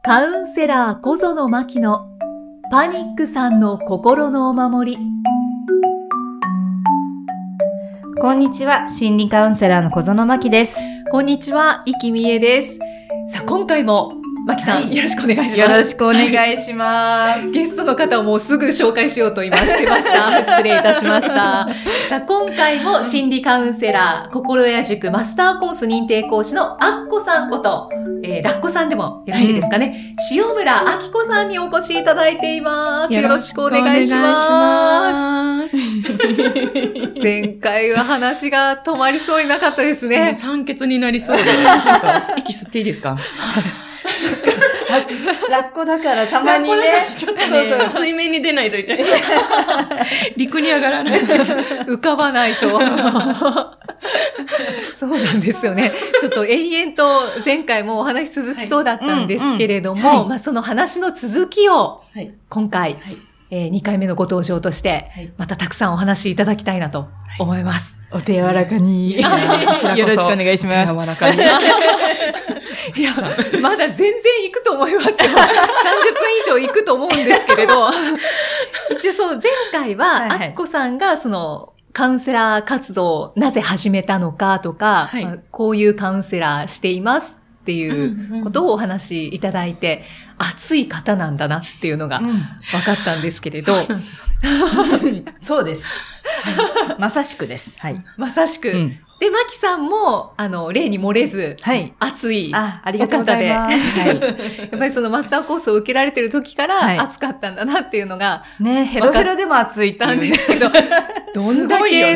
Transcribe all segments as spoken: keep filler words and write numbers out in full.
カウンセラー小園真希のパニックさんの心のお守り。 こんにちは、心理カウンセラーの小園真希です。 こんにちは、生きみえです。さあ、今回も真希さん、はい、よろしくお願いします。 よろしくお願いします。 ゲストの方をもうすぐ紹介しようと今してました。失礼いたしました。さあ、今回も心理カウンセラー、心谷塾マスターコース認定講師のあっこさんこと、えー、ラッコさんでもよろしいですかね。うん、塩村あきこさんにお越しいただいています。よろしくお願いします。前回は話が止まりそうになかったですね。 酸欠になりそうで、ちょっと息吸っていいですか？ ラッコだからたまにね、 ちょっとね、そうそう水面に出ないといけない。陸に上がらない。 浮かばないと。そうなんですよね。ちょっと延々と前回もお話続きそうだったんですけれども、はいうんうん、まあその話の続きを今回、はいえー、にかいめのご登場として、またたくさんお話いただきたいなと思います。 はい、お手柔らかに。よろしくお願いします。 お手柔らかに。 いや、まだ全然行くと思いますよ。さんじゅっぷん以上行くと思うんですけれど。一応そう、前回は、はいはい、あっこさんがその、カウンセラー活動をなぜ始めたのかとか、はいまあ、こういうカウンセラーしていますっていうことをお話しいただいて、うんうん、熱い方なんだなっていうのが分かったんですけれど。 うん、そうです、はい。まさしくです。 はい、まさしく。うんで、マキさんも、あの、例に漏れず、はい、熱いお方で、あ、ありがとうございます。はい、やっぱりそのマスターコースを受けられてる時から、はい、熱かったんだなっていうのが、 ね、ヘロヘロでも熱いっていうんですけど、 どんだけって。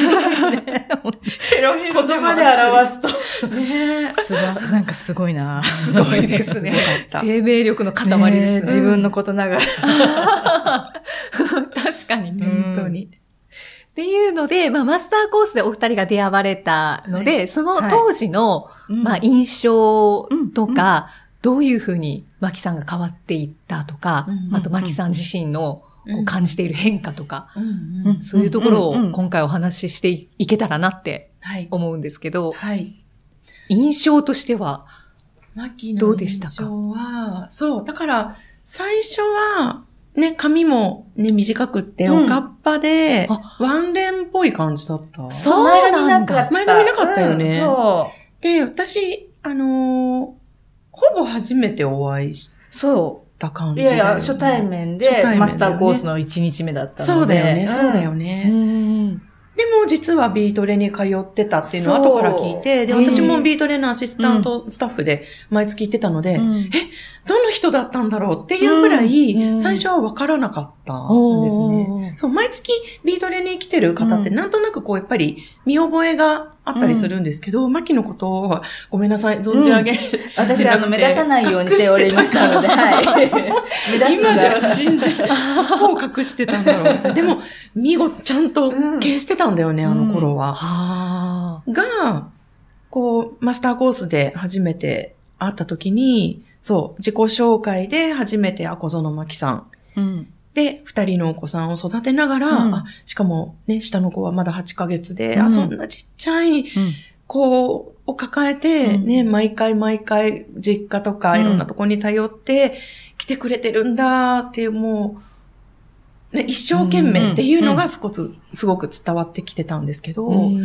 ヘロヘロ言葉で表すと。ねすごい、なんかすごいな。 すごいですね。生命力の塊ですね。 自分のことながら。 確かにね。本当に。っていうので、まあ、マスターコースでお二人が出会われたので、はい、その当時の、はい、まあ、印象とか、うん、どういうふうにマキさんが変わっていったとか、うん、あとマキさん自身のこう感じている変化とか、うん、そういうところを今回お話ししていけたらなって思うんですけど、はい、印象としては、 マキの印象は、そう、だから、最初は、ね、髪もね、短くって、おかっぱで、うん、ワンレンっぽい感じだった。 そうなんだ。 前髪なかったよね。 うん、そう。 で、私、あのー、ほぼ初めてお会いした感じで、ね。 いやいや、初対面で、ね、マスターコースのいちにちめだったので。 そうだよね、そうだよね。うんでも実はビートレに通ってたっていうのを後から聞いて、で、私もビートレのアシスタントスタッフで毎月行ってたので、うん、え、どの人だったんだろうっていうぐらい、最初は分からなかったんですね。うん、そう、毎月ビートレに来てる方ってなんとなくこうやっぱり見覚えがあったりするんですけど、マキのことはごめんなさい、存じ上げ、うん、 私あの目立たないようにしておりましたので、はい。 今では信じ、どこを隠してたんだろう。でも、見事ちゃんと消してたんだよね、うん、あの頃は。うん、はが、こう、マスターコースで初めて会った時に、そう、自己紹介で初めて、あ、小園真希さん。うん、で、二人のお子さんを育てながら、うん、あ、しかもね、下の子はまだはちかげつで、うん、あ、そんなちっちゃい子を抱えて、ね、うん、毎回毎回実家とかいろんなところに頼って来てくれてるんだっていう、もう、ね、一生懸命っていうのがすごく、すごく伝わってきてたんですけど、うん、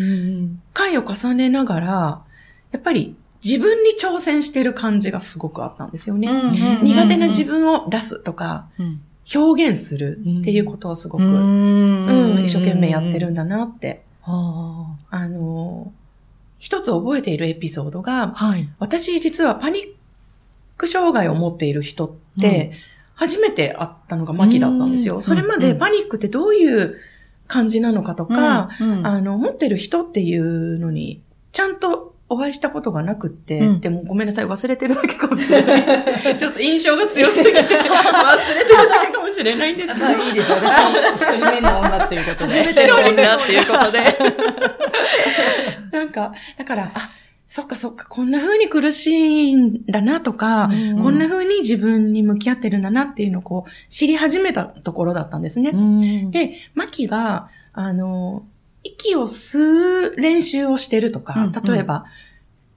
回を重ねながら、やっぱり自分に挑戦してる感じがすごくあったんですよね。うん、苦手な自分を出すとか、うん表現するっていうことをすごく、うんうん、一生懸命やってるんだなって。あの、一つ覚えているエピソードが、はい、私実はパニック障害を持っている人って、初めて会ったのがマキだったんですよ。それまでパニックってどういう感じなのかとか、うんうん、あの、持ってる人っていうのに、ちゃんとお会いしたことがなくって、うん、でもごめんなさい、忘れてるだけかもしれない。ちょっと印象が強すぎて、忘れてるだけかもしれないんですけど。 いいですよ。私一人目の女っていうことで。 初めての女っていうことで。なんか、だから、あ、そっかそっか、こんな風に苦しいんだなとか、うんうん、こんな風に自分に向き合ってるんだなっていうのをこう、知り始めたところだったんですね。うん、で、マキが、あの、息を吸う練習をしてるとか、例えば、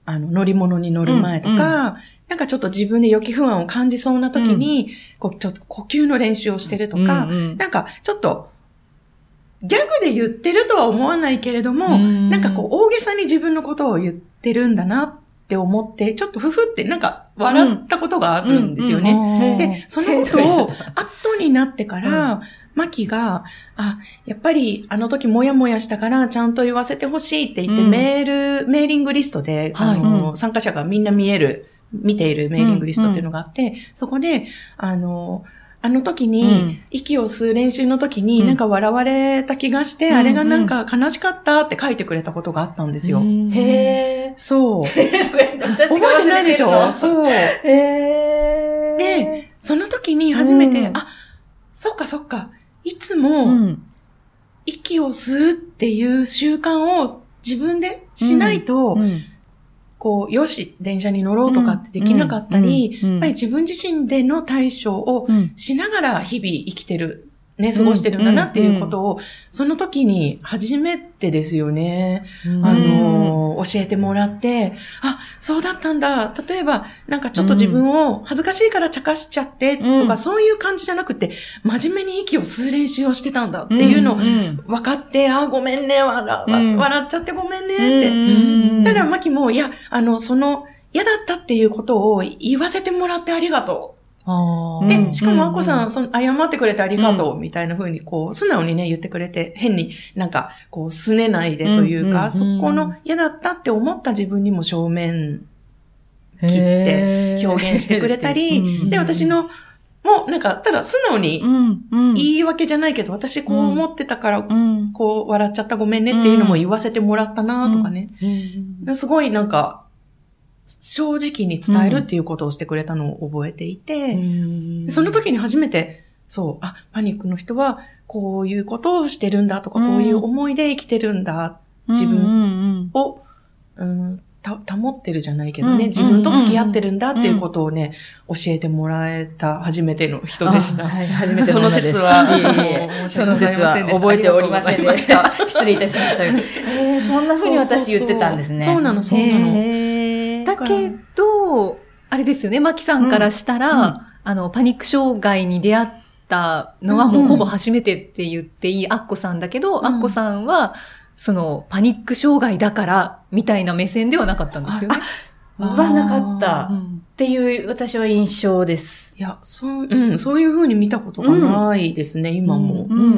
あの、乗り物に乗る前とか、うんうん、なんかちょっと自分で予期不安を感じそうな時に、うん、こう、ちょっと呼吸の練習をしてるとか、うんうん、なんかちょっと、ギャグで言ってるとは思わないけれども、うん、なんかこう、大げさに自分のことを言ってるんだなって思って、ちょっとふふってなんか笑ったことがあるんですよね。うんうんうん、で、そのことを後になってから、うんマキが、あ、やっぱりあの時もやもやしたからちゃんと言わせてほしいって言って、うん、メール、メーリングリストで、はい、あの、うん、参加者がみんな見える、見ているメーリングリストっていうのがあって、うんうん、そこで、あの、あの時に、うん、息を吸う練習の時に、なんか笑われた気がして、うん、あれがなんか悲しかったって書いてくれたことがあったんですよ。うん、 へー。 そう。 私が忘れてるの。覚えてないでしょ？そう。 へー。 で、その時に初めて、うん、あ、そっかそっか。いつも、息を吸うっていう習慣を自分でしないと、うんうん、こう、よし、電車に乗ろうとかってできなかったり、やっぱり自分自身での対処をしながら日々生きてる、ね、過ごしてるんだなっていうことを、その時に初めてですよね。あの、教えてもらって、あ、そうだったんだ。例えば、なんかちょっと自分を恥ずかしいから茶化しちゃってとか、うん、そういう感じじゃなくて、真面目に息を吸う練習をしてたんだっていうのを分かって、あ、ごめんね、笑、うん、笑っちゃってごめんねって。うん、ただ、マキも、いや、あの、その、嫌だったっていうことを言わせてもらってありがとう。で、しかもアッコさん、その謝ってくれてありがとう、みたいな風に、こう、素直にね、言ってくれて、変になんか、こう、拗ねないでというか、そこの嫌だったって思った自分にも正面切って表現してくれたり、で、私の、もうなんか、ただ素直に、言い訳じゃないけど、私こう思ってたから、こう、笑っちゃったごめんねっていうのも言わせてもらったなとかね。すごいなんか、正直に伝えるっていうことをしてくれたのを覚えていて、うん、その時に初めて、そう、あ、パニックの人はこういうことをしてるんだとか、うん、こういう思いで生きてるんだ、自分を、うんうん、た保ってるじゃないけどね、うん、自分と付き合ってるんだっていうことをね、うん、教えてもらえた初めての人でした。 はい、初めての人です。 その説は、いえいえその説は覚えておりませんでした。失礼いたしました。えー、そんな風に私言ってたんですね。 そうなの、そうなの。 だけど、あれですよね、マキさんからしたら、うん、あの、パニック障害に出会ったのはもうほぼ初めてって言っていいアッコさんだけど、うん、アッコさんは、その、パニック障害だから、みたいな目線ではなかったんですよね。 はなかったっていう私は印象です。 いや、そう、うん、そういう風に見たことがないですね、うん、今も。 うん、うん、うん。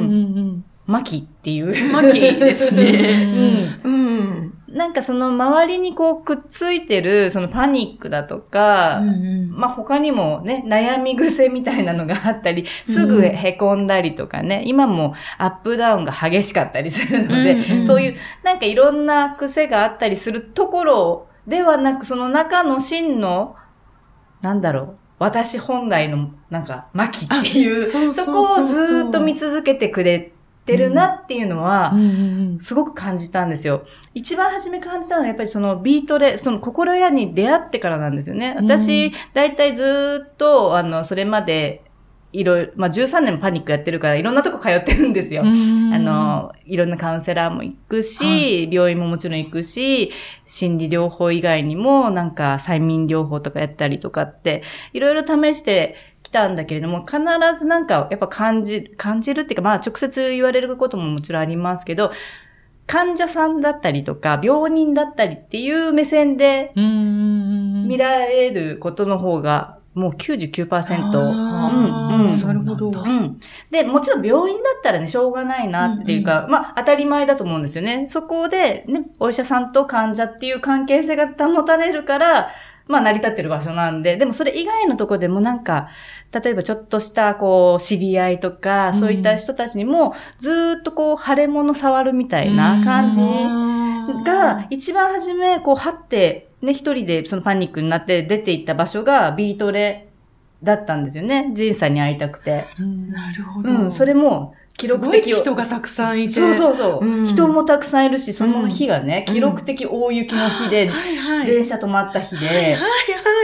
マキっていう。 マキですね。うん。うんなんかその周りにこうくっついてるそのパニックだとか、うんうん、まあ他にもね、悩み癖みたいなのがあったり、すぐ凹んだりとかね、うん、今もアップダウンが激しかったりするので、うんうん、そういうなんかいろんな癖があったりするところではなく、その中の真の、なんだろう、私本来のなんかマキっていう、そこをずっと見続けてくれて、てるなっていうのは、すごく感じたんですよ。一番初め感じたのはやっぱりそのビートレ、その心屋に出会ってからなんですよね。私、だいたいずっと、あの、それまで、いろいろ、まあ、じゅうさんねんもパニックやってるから、いろんなとこ通ってるんですよ。あの、いろんなカウンセラーも行くし、はい、病院ももちろん行くし、心理療法以外にも、なんか、催眠療法とかやったりとかって、いろいろ試してきたんだけれども、必ずなんか、やっぱ感じ、感じるっていうか、まあ、直接言われることももちろんありますけど、患者さんだったりとか、病人だったりっていう目線で、見られることの方が、もう きゅうじゅうきゅうパーセント。うん、うん。 なるほど。 うん。で、もちろん病院だったらね、しょうがないなっていうか、うんうん、まあ、当たり前だと思うんですよね。そこで、ね、お医者さんと患者っていう関係性が保たれるから、まあ、成り立ってる場所なんで、でもそれ以外のとこでもなんか、例えばちょっとした、こう、知り合いとか、そういった人たちにも、ずーっとこう、腫れ物触るみたいな感じが、一番初め、こう、はって、ね、一人でそのパニックになって出て行った場所がビートレだったんですよね。ジンさんに会いたくて。 うん、なるほど。 うん、それも記録的。 すごい人がたくさんいて。 そうそうそう、うん。人もたくさんいるし、その日がね、うん、記録的大雪の日で、うんはいはい、電車止まった日で、はいはいはい、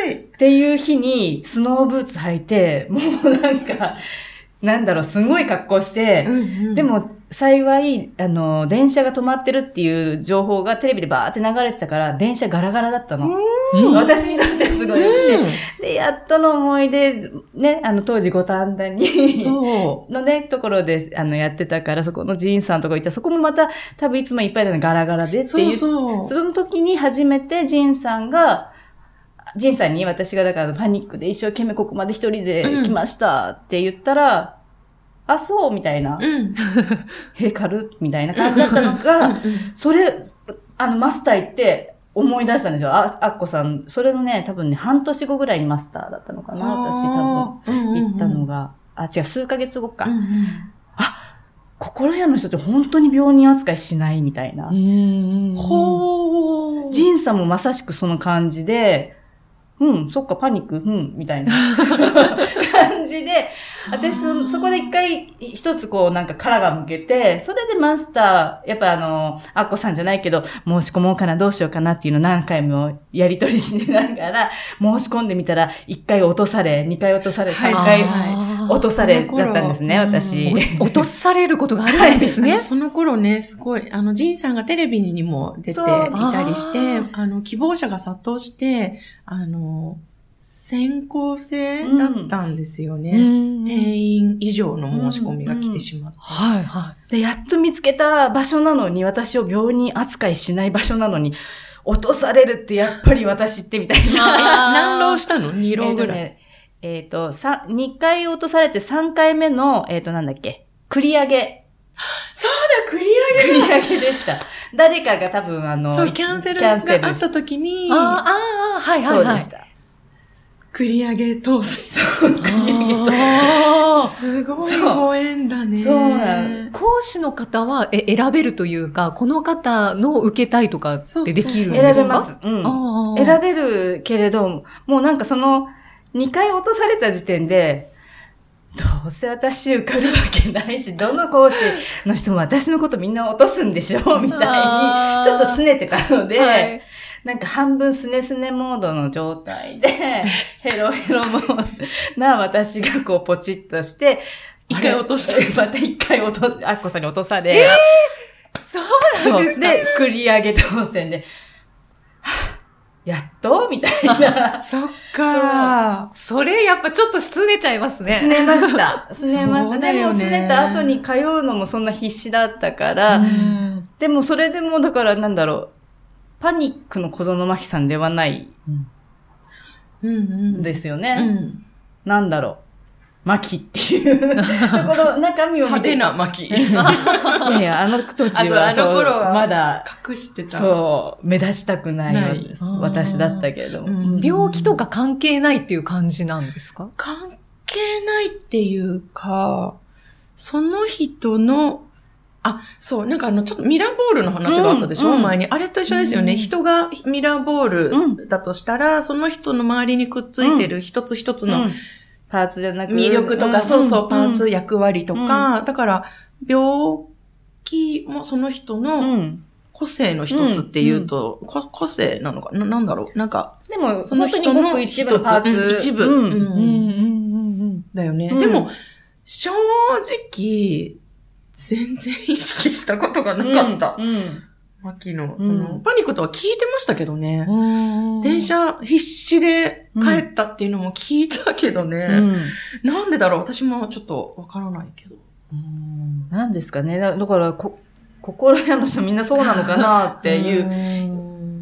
っていう日にスノーブーツ履いて、もうなんか、なんだろう、すごい格好して、うんうん、でも幸い、あの、電車が止まってるっていう情報がテレビでバーって流れてたから、電車ガラガラだったの。私にとってはすごい良くて。で、やっとの思い出、ね、あの、当時五反田に、そう。のね、ところで、あの、やってたから、そこのジンさんとこ行った、そこもまた、多分いつもいっぱいだのガラガラでっていう。そうそう。その時に初めてジンさんが、ジンさんに私がだからパニックで一生懸命ここまで一人で来ましたって言ったら、うん、あ、そうみたいな。うん。へ、軽みたいな感じだったのが、うんうん、それ、あの、マスター行って思い出したんですよ。あ、あっこさん。それのね、多分ね、半年後ぐらいにマスターだったのかな。私多分、行ったのが。うんうんうん、あ、違う、数ヶ月後か。うんうん、あ、心屋の人って本当に病人扱いしないみたいな。うんほー。ジンさんもまさしくその感じで、うん、そっか、パニック、うん、みたいな感じで、私そ、そこで一回一つこうなんか殻が向けて、それでマスター、やっぱあの、アッコさんじゃないけど、申し込もうかな、どうしようかなっていうのを何回もやり取りしながら、申し込んでみたら、一回落とされ、二回落とされ、三回落とされだったんですね、私。 落とされることがあるんですね。 はい、その頃ね、すごい、あの、ジンさんがテレビにも出ていたりして、あの、希望者が殺到して、あの、先行制だったんですよね。うん、定員以上の申し込みが来てしまって、 うんうん。はいはい。 で、やっと見つけた場所なのに、私を病人扱いしない場所なのに、落とされるってやっぱり私ってみたいな。 何浪したの ?に 浪ぐらい。 えっと、さ、にかい落とされてさんかいめの、えっと、なんだっけ、繰り上げ。 そうだ、繰り上げだ。繰り上げでした。誰かが多分あの、 そう、キャンセルがあった時に、 ああ、はいはいはい。 そうでした。 繰り上げ当選。 そう、繰り上げ当選。 すごいご縁だね。 そうなの。 講師の方はえ選べるというか、この方の受けたいとかってできるんですか？ 選べます。うん。選べるけれど、もうなんかその、にかい落とされた時点で、どうせ私受かるわけないし、どの講師の人も私のことみんな落とすんでしょみたいに、ちょっと拗ねてたので、はい、なんか半分スネスネモードの状態で、ヘロヘロモードな私がこうポチッとして、 一回落として、 また一回落と、アッコさんに落とされ、 えー、そうなんですか？ で、繰り上げ当選で、やっとみたいな。 そっか。 それやっぱちょっとすねちゃいますね。 すねました。すねました。でもすねた後に通うのもそんな必死だったから、でもそれでもだからなんだろう、パニックの小園真希さんではないですよね。うんうん、なんだろう。マキっていうところ、中身を見て。 派手なマキ。いやいや、あの時は、 あの頃はまだ、 隠してた。 そう、目立ちたくない、私だったけれども、 うん。病気とか関係ないっていう感じなんですか？ 関係ないっていうか、その人の、あ、そう、なんかあの、ちょっとミラーボールの話があったでしょ、うん、前に。あれと一緒ですよね。うん、人がミラーボールだとしたら、うん、その人の周りにくっついてる一つ一つの、うんパーツじゃなく魅力とか、うん、そうそう、パーツ、役割とか、うん、だから、病気もその人の個性の一つっていうと、うん、個性なのかな、なんだろう、なんか、 でも、その人の一部のパーツ、 うん、一部、うんうんうん、だよね。うん、でも、正直、全然意識したことがなかった。うんうんマキの、その、うん、パニックとは聞いてましたけどね。電車必死で帰ったっていうのも聞いたけどね。うん、なんでだろう私もちょっとわからないけど。 うんなんですかね。だからこ、心屋の人みんなそうなのかなっていう、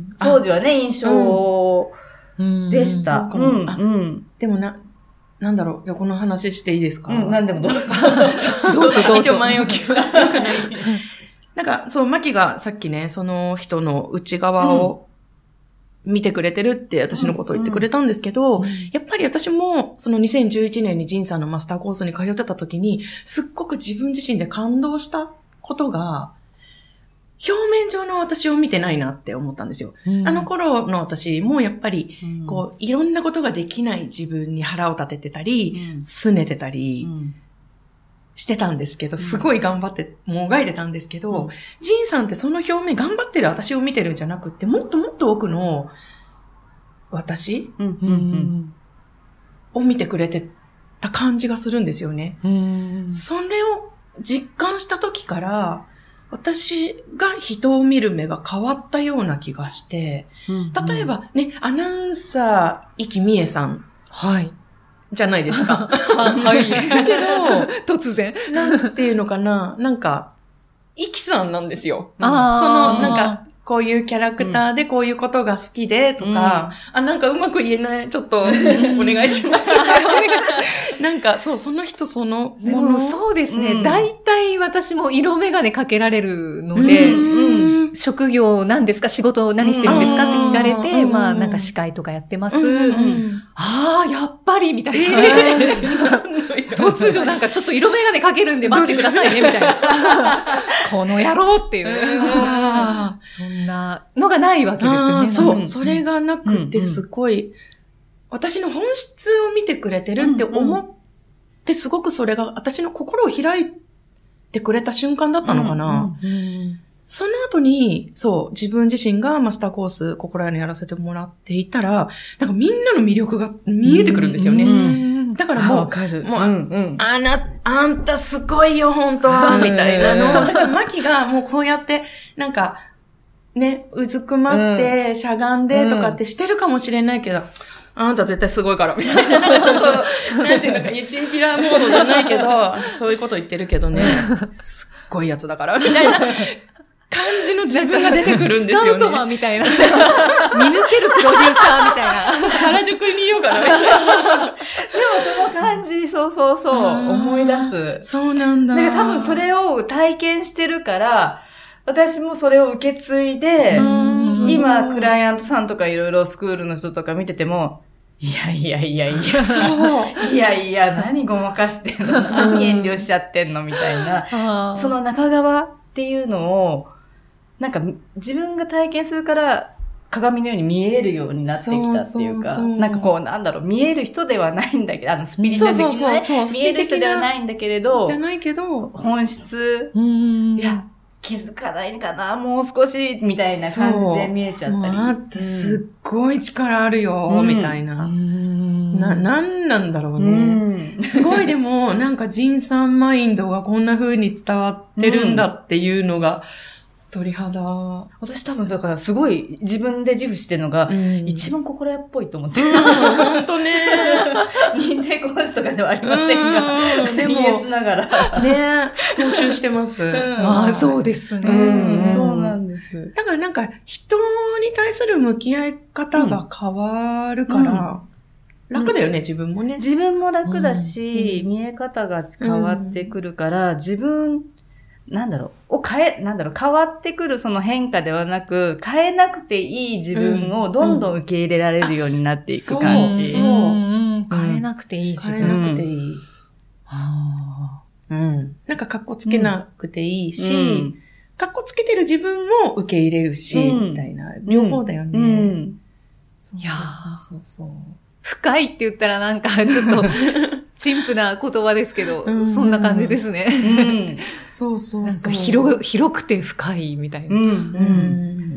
当時はね、印象でした。 うんうんうん、でもな、なんだろうじゃあこの話していいですか？ うん、なんでもどうぞ。 どうぞどうぞ。 一応前置きはよくない。なんか、そう、マキがさっきね、その人の内側を見てくれてるって私のことを言ってくれたんですけど、うんうん、やっぱり私もそのにせんじゅういちねんにジンさんのマスターコースに通ってた時に、すっごく自分自身で感動したことが、表面上の私を見てないなって思ったんですよ。うん、あの頃の私もやっぱり、こう、いろんなことができない自分に腹を立ててたり、うん、拗ねてたり、うんしてたんですけど、すごい頑張って、もがいてたんですけど、うん、ジンさんってその表面頑張ってる私を見てるんじゃなくって、もっともっと奥の私、うんうんうん、を見てくれてた感じがするんですよね。うん、それを実感した時から、私が人を見る目が変わったような気がして、例えばね、アナウンサー、生きみえさん。 はい。 じゃないですか。 はい。 だけど、 突然。 なんていうのかな、なんか、生きさんなんですよ。 あその、なんか、こういうキャラクターでこういうことが好きでとか、うん、あ、なんかうまく言えない。ちょっと、お願いします。お願いします。なんか、そう、その人そのもの。そうですね。大、う、体、ん、私も色眼鏡かけられるので、うん、職業何ですか、仕事何してるんですかって聞かれて、うん、まあなんか司会とかやってます。うんうん、ああ、やっぱりみたいな。えー、突如なんかちょっと色眼鏡かけるんで待ってくださいね、みたいな。この野郎っていう。そんなのがないわけですよね。 そう、うん、それがなくてすごい、うんうん、私の本質を見てくれてるって思って、すごくそれが私の心を開いてくれた瞬間だったのかな。うんうんうん、その後に、そう、自分自身がマスターコース、心屋のやらせてもらっていたら、なんかみんなの魅力が見えてくるんですよね。うんうん、だからもう、 わかる。 もう、うんうん、あな、あんたすごいよ、本当は、みたいなの。だからマキがもうこうやって、なんか、ね、うずくまって、うん、しゃがんでとかってしてるかもしれないけど、うん、あんた絶対すごいから、みたいな。なんかちょっと、なんていうのか、チンピラモードじゃないけど、そういうこと言ってるけどね、すっごいやつだから、みたいな感じの自分が出てくるんですよね。 スカウトマンみたいな。見抜けるプロデューサーみたいな。 ちょっと原宿にいようかな、みたいな。 でもその感じ、そうそうそう、思い出す。 そうなんだ。 だから多分それを体験してるから、私もそれを受け継いで、今、クライアントさんとかいろいろスクールの人とか見てても、いやいやいやいや、そう。いやいや、何ごまかしてんの何遠慮しちゃってんのみたいな。その中側っていうのを、なんか自分が体験するから鏡のように見えるようになってきたっていうか、そうそうそう、なんかこうなんだろう、見える人ではないんだけど、あのスピリチュアル的にね、見える人ではないんだけれど、 じゃないけど、 本質、いや、気づかないかなもう少しみたいな感じで見えちゃったり。 あってすっごい力あるよ、うん、みたいな。な、なんなんだろうね。うん、すごいでも、なんかジンさんマインドがこんな風に伝わってるんだっていうのが、鳥肌。 私多分だからすごい自分で自負してるのが、うん、一番心屋っぽいと思ってる。 ほんとね。 認定講師とかではありませんが、僭越ながら。 ね踏襲してます。うん、 ああ、そうですね、 うん。そうなんです。 だからなんか人に対する向き合い方が変わるから、うん、楽だよね、自分もね。 自分も楽だし、うん、見え方が変わってくるから、自分、なんだろう、を変え、なんだろう、変わってくるその変化ではなく、変えなくていい自分をどんどん受け入れられるようになっていく感じ。 うん、そう、そう、うん、変えなくていい自分。 変えなくていい。うん。なんか格好つけなくていいし、うん、格好つけてる自分も受け入れるし、うん、みたいな。両方だよね。うんうん、 そうそうそうそう。深いって言ったらなんかちょっと、陳腐な言葉ですけど、うん、そんな感じですね。 うん、そうそうそう。 なんか広、広くて深いみたいな。うんうん、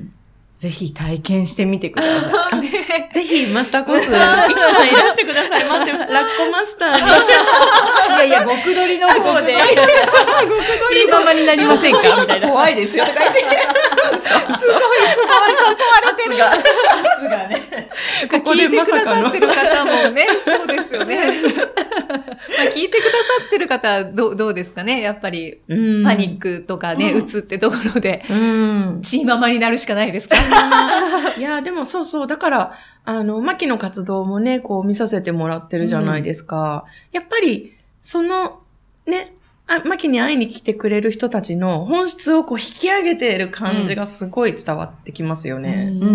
ぜひ体験してみてください。 ね、ぜひマスターコース、イキさんいらしてください。待って、ラッコマスターに。 いやいや、極取りの方で、極取りママになりませんかみたいな。 怖いですよ。とか言って。 すごい、すごい、誘われてる。 圧がね。 ここで聞いてくださってる方もね、そうですよね。まあ聞いてくださってる方はどう、どうですかねやっぱり、パニックとかね、うつってところで、チーママになるしかないですかいや、でもそうそう。だから、あの、マキの活動もね、こう見させてもらってるじゃないですか。うん、やっぱり、その、ね、あ、マキに会いに来てくれる人たちの本質をこう引き上げている感じがすごい伝わってきますよね。 うんうんうん、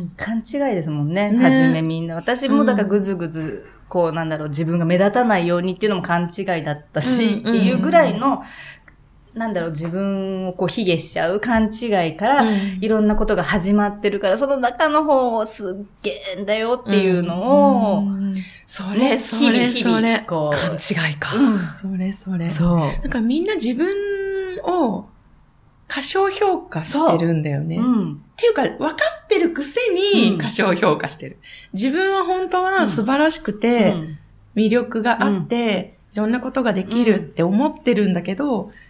勘違いですもんね。ねはじめみんな。私もだからぐずぐず、こうなんだろう、自分が目立たないようにっていうのも勘違いだったし、うんうんうん、っていうぐらいの、なんだろう、自分をこう卑下しちゃう勘違いから、うん、いろんなことが始まってるから、その中の方をすっげえんだよっていうのを、うんうん、 それ、それ、それ、 こう。勘違いか。 うん、それ、それ。そう。なんかみんな自分を過小評価してるんだよね。うん、っていうか、分かってるくせに過小評価してる。うん、自分は本当は素晴らしくて、魅力があって、うん、いろんなことができるって思ってるんだけど、うん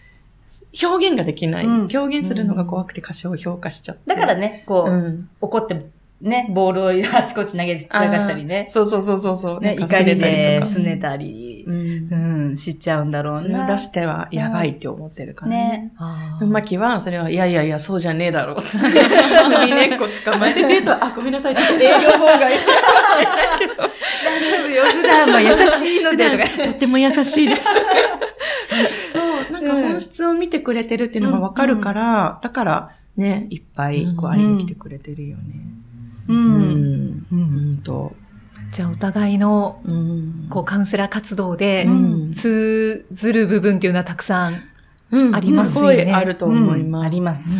表現ができない。うん、表現するのが怖くて過小評価しちゃって。 だからね、こう、うん、怒って、ね、ボールをあちこち投げ散らかしたりね。 そうそうそうそうそう。 ね、怒りで拗ねたり、うん、うん、しちゃうんだろうな。 それを出してはやばいって思ってるからね。ね。マキは、それは、いやいやいや、そうじゃねえだろう。首根っこ捕まえて、デート、あ、ごめんなさい、ちょっと営業妨害。大丈夫よ、普段も優しいので、 とっても優しいです。そう、なんか本質を見てくれてるっていうのがわかるから、うん、だからね、いっぱいこう会いに来てくれてるよね。うん。うん。うん。と。 じゃあお互いの、こうカウンセラー活動で、通ずる部分っていうのはたくさんありますよね。 すごいあると思います。 あります。うん。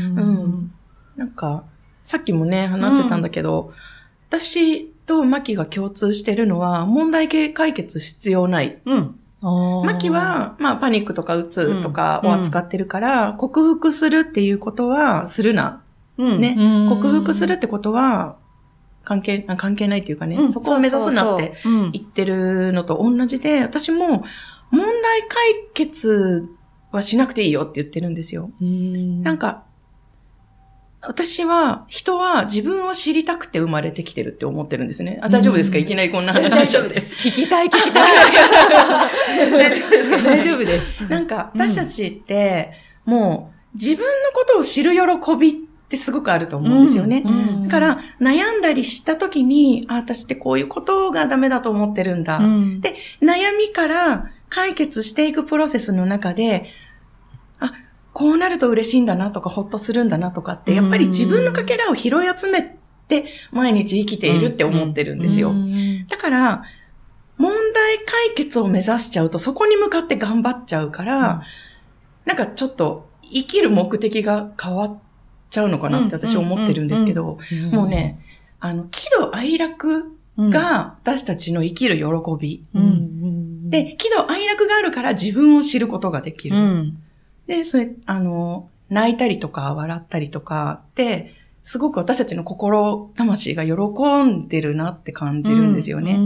なんか、さっきもね、話してたんだけど、私とマキが共通してるのは、問題解決必要ない。うん。マキは、まあ、パニックとかうつとかを扱ってるから、うん、克服するっていうことはするな。うん、ね、うん。克服するってことは、関係、関係ないっていうかね、うん、そこを目指すなって言ってるのと同じで、私も問題解決はしなくていいよって言ってるんですよ。うん、なんか、私は、人は自分を知りたくて生まれてきてるって思ってるんですね。あ、大丈夫ですか？いきなりこんな話しちゃって。 聞きたい、聞きたい。大丈夫です。 なんか、私たちって、もう、自分のことを知る喜びってすごくあると思うんですよね。うんうん、だから、悩んだりした時に、あ、私ってこういうことがダメだと思ってるんだ。うん、で、悩みから解決していくプロセスの中で、こうなると嬉しいんだなとか、ほっとするんだなとかって、やっぱり自分のかけらを拾い集めて、毎日生きているって思ってるんですよ。だから、問題解決を目指しちゃうと、そこに向かって頑張っちゃうから、なんかちょっと、生きる目的が変わっちゃうのかなって私思ってるんですけど、もうね、あの、喜怒哀楽が私たちの生きる喜び。で、喜怒哀楽があるから自分を知ることができる。うんで、それ、あの、泣いたりとか笑ったりとかって、すごく私たちの心、魂が喜んでるなって感じるんですよね。うん、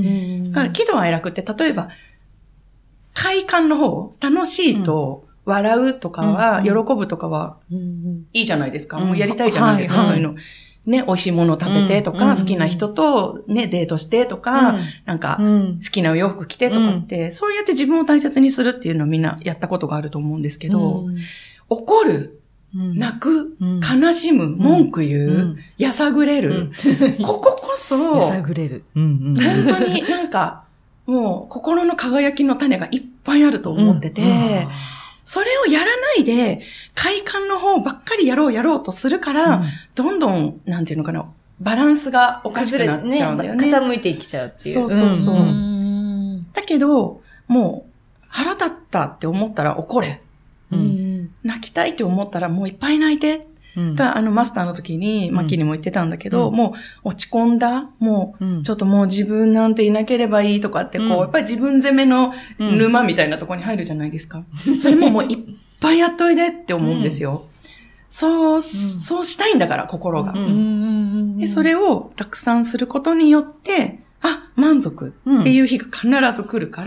だから喜怒哀楽って例えば、快感の方、楽しいと笑うとかは、うん、喜ぶとかはいいじゃないですか。うん、もうやりたいじゃないですか、はい、そういうの。ね、美味しいものを食べてとか、うん、好きな人とね、デートしてとか、うん、なんか、好きなお洋服着てとかって、うん、そうやって自分を大切にするっていうのをみんなやったことがあると思うんですけど、うん、怒る、うん、泣く、うん、悲しむ、文句言う、うん、やさぐれる、うん、こここそ、 やさぐれる、うんうん、 本当になんか、もう心の輝きの種がいっぱいあると思ってて、うんうんそれをやらないで、快感の方ばっかりやろうやろうとするから、うん、どんどん、なんていうのかな、バランスがおかしくなっちゃうんだよね。 ね傾いていきちゃうっていう。 そうそうそう。うん、だけど、もう、腹立ったって思ったら怒れ。うん、泣きたいって思ったらもういっぱい泣いて。うん、が、あの、マスターの時に、マッキーにも言ってたんだけど、うん、もう、落ち込んだ、もう、うん、ちょっともう自分なんていなければいいとかって、こう、うん、やっぱり自分攻めの沼みたいなところに入るじゃないですか。うん、それももういっぱいやっといでって思うんですよ。うん、そう、うん、そうしたいんだから、心が、うん。で、それをたくさんすることによって、あ、満足っていう日が必ず来るから、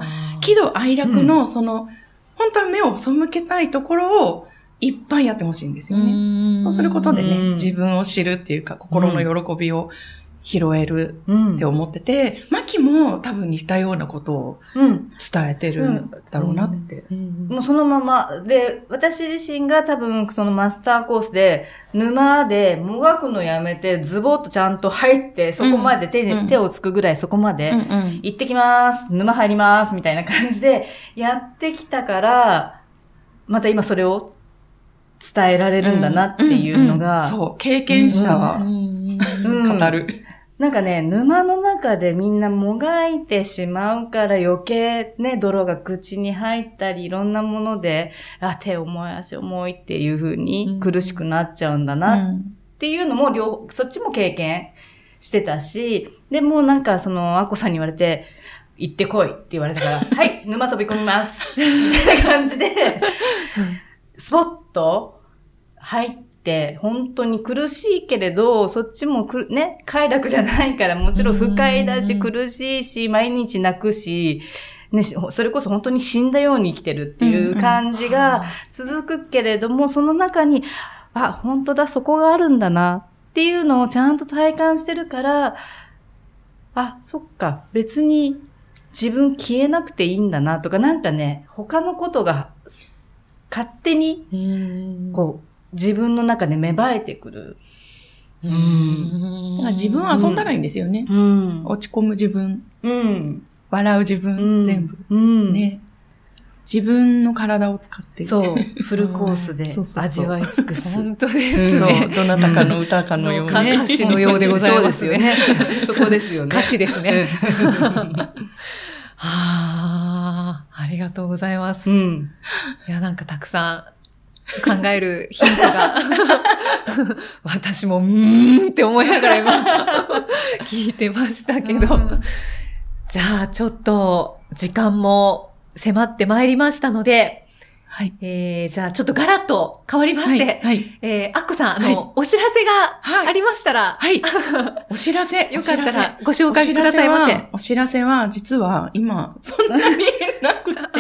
うん、喜怒哀楽の、その、本当は目を背けたいところを、いっぱいやってほしいんですよね。そうすることでね、自分を知るっていうか、心の喜びを拾えるって思ってて、マキも多分似たようなことを伝えてるんだろうなって。 もうそのまま。で、私自身が多分そのマスターコースで、沼でもがくのやめて、ズボッとちゃんと入って、そこまで手で、うん、手をつくぐらいそこまで、うんうん、行ってきます、沼入ります、みたいな感じでやってきたから、また今それを伝えられるんだなっていうのが。 うんうんうん、そう、経験者は、うん、語る。 なんかね、沼の中でみんなもがいてしまうから余計ね、泥が口に入ったり、いろんなもので、あ、手重い、足重いっていう風に苦しくなっちゃうんだなっていうのも、両そっちも経験してたし、でもなんかその、アッコさんに言われて、行ってこいって言われたから、はい、沼飛び込みます。みたいな感じで、スポッと入って、本当に苦しいけれど、そっちもくね、快楽じゃないから、もちろん不快だし、苦しいし、毎日泣くし、 ね、それこそ本当に死んだように生きてるっていう感じが続くけれども、うんうん、その中に、あ、本当だ、そこがあるんだなっていうのをちゃんと体感してるから、あ、そっか、別に自分消えなくていいんだなとか、なんかね、他のことが勝手に、こう、自分の中で芽生えてくる。 うん。だから自分は遊んだらいいんですよね。うん、落ち込む自分。うん。笑う自分、うん、全部。うん。ね。自分の体を使って。 そう。フルコースで味わい尽くす。 本当ですね。 そう。どなたかの歌かのように、 ね。歌詞のようでございますよね。 そこですよね。 歌詞ですね。はあ、ありがとうございます。うん。いや、なんかたくさん考えるヒントが、私もうーんって思いながら今、聞いてましたけど。じゃあ、ちょっと、時間も迫ってまいりましたので、はい。えー、じゃあ、ちょっとガラッと変わりまして、はい。はい、えー、アッコさん、あの、はい、お知らせがありましたら、 はい。はい、お知らせ、 よかったらご紹介くださいませ。 お知らせは、実は今、そんなになくて、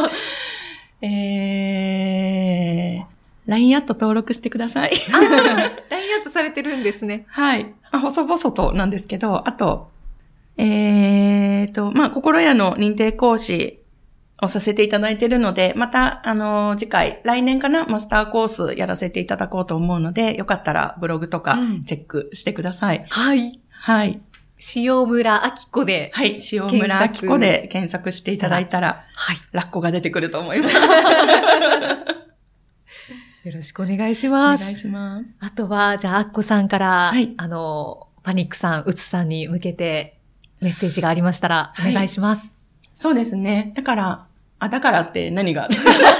えー、ライン アット登録してください。 あー、ライン アットされてるんですね。 はい。あ、細々となんですけど、あと、えーと、まあ、心屋の認定講師をさせていただいているので、また、あの、次回、来年かな、マスターコースやらせていただこうと思うので、よかったらブログとかチェックしてください。うん、 はい。 はい。 塩村明子で。 はい。塩村明子で検索していただいたら、はい。ラッコが出てくると思います。 よろしくお願いします。 お願いします。 あとは、じゃあ、アッコさんから、はい。あの、パニックさん、うつさんに向けて、メッセージがありましたら、お願いします、はい。 そうですね。だから、あ、だからって何が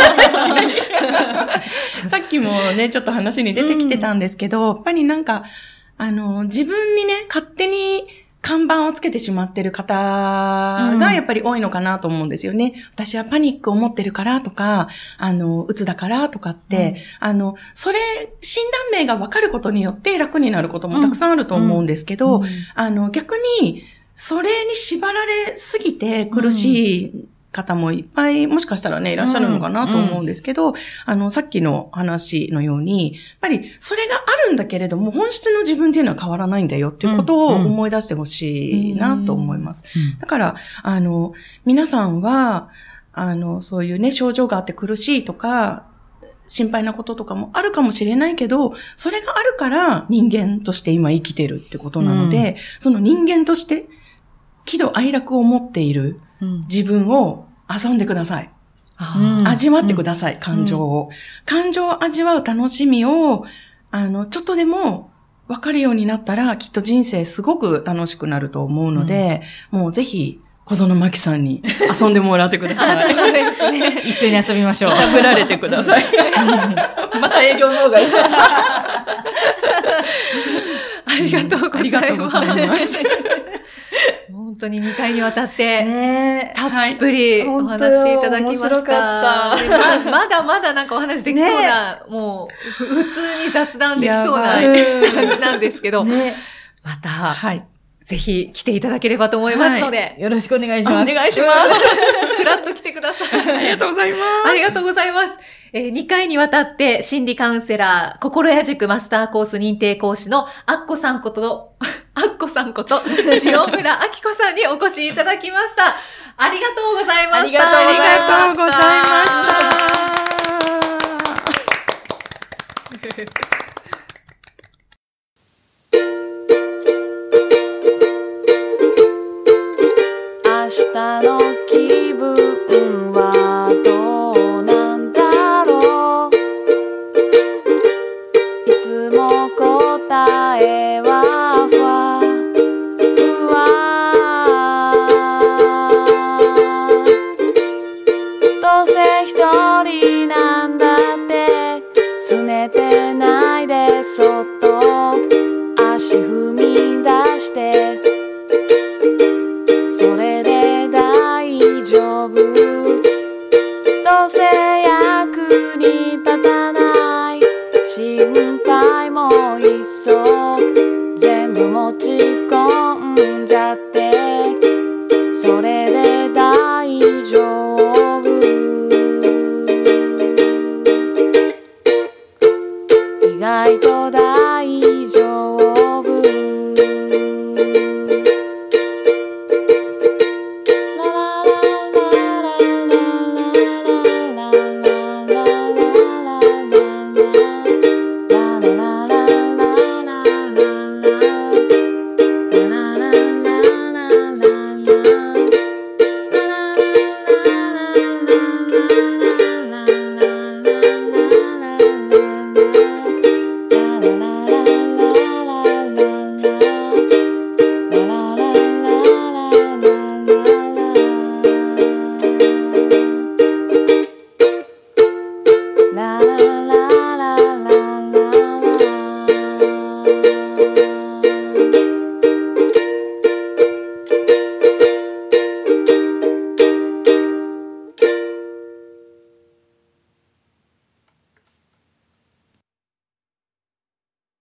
さっきもね、ちょっと話に出てきてたんですけど、うん、やっぱりなんか、あの、自分にね、勝手に看板をつけてしまってる方がやっぱり多いのかなと思うんですよね。うん、私はパニックを持ってるからとか、あの、うつだからとかって、うん、あの、それ、診断名が分かることによって楽になることもたくさんあると思うんですけど、うんうん、あの、逆に、それに縛られすぎて苦しい方もいっぱいもしかしたらね、いらっしゃるのかなと思うんですけど、うんうん、あの、さっきの話のように、やっぱりそれがあるんだけれども、本質の自分っていうのは変わらないんだよっていうことを思い出してほしいなと思います。うんうん、だから、あの、皆さんは、あの、そういうね、症状があって苦しいとか、心配なこととかもあるかもしれないけど、それがあるから人間として今生きてるってことなので、うん、その人間として、喜怒哀楽を持っている自分を遊んでください。うん、味わってください、うん、感情を、うん。感情を味わう楽しみを、あの、ちょっとでも分かるようになったら、きっと人生すごく楽しくなると思うので、うん、もうぜひ、小園真希さんに遊んでもらってください。 そうですね。 一緒に遊びましょう。 食べられてください。また営業の方がいい。 ありがとうございます。ありがとうございます。本当ににかいにわたって、ね、たっぷりお話しいただきました。面白かった。ま, まだまだなんかお話できそうな、ね、もう普通に雑談できそうな感じなんですけど、ね、また、はい、ぜひ来ていただければと思いますので、はい、 よろしくお願いします。 お願いします。 ふらっと来てください。 ありがとうございます。 ありがとうございます。えー、にかいにわたって心理カウンセラー、心谷塾マスターコース認定講師のアッコさんこと、アッコさんこと、塩村明子さんにお越しいただきました。ありがとうございました。 ありがとうございました。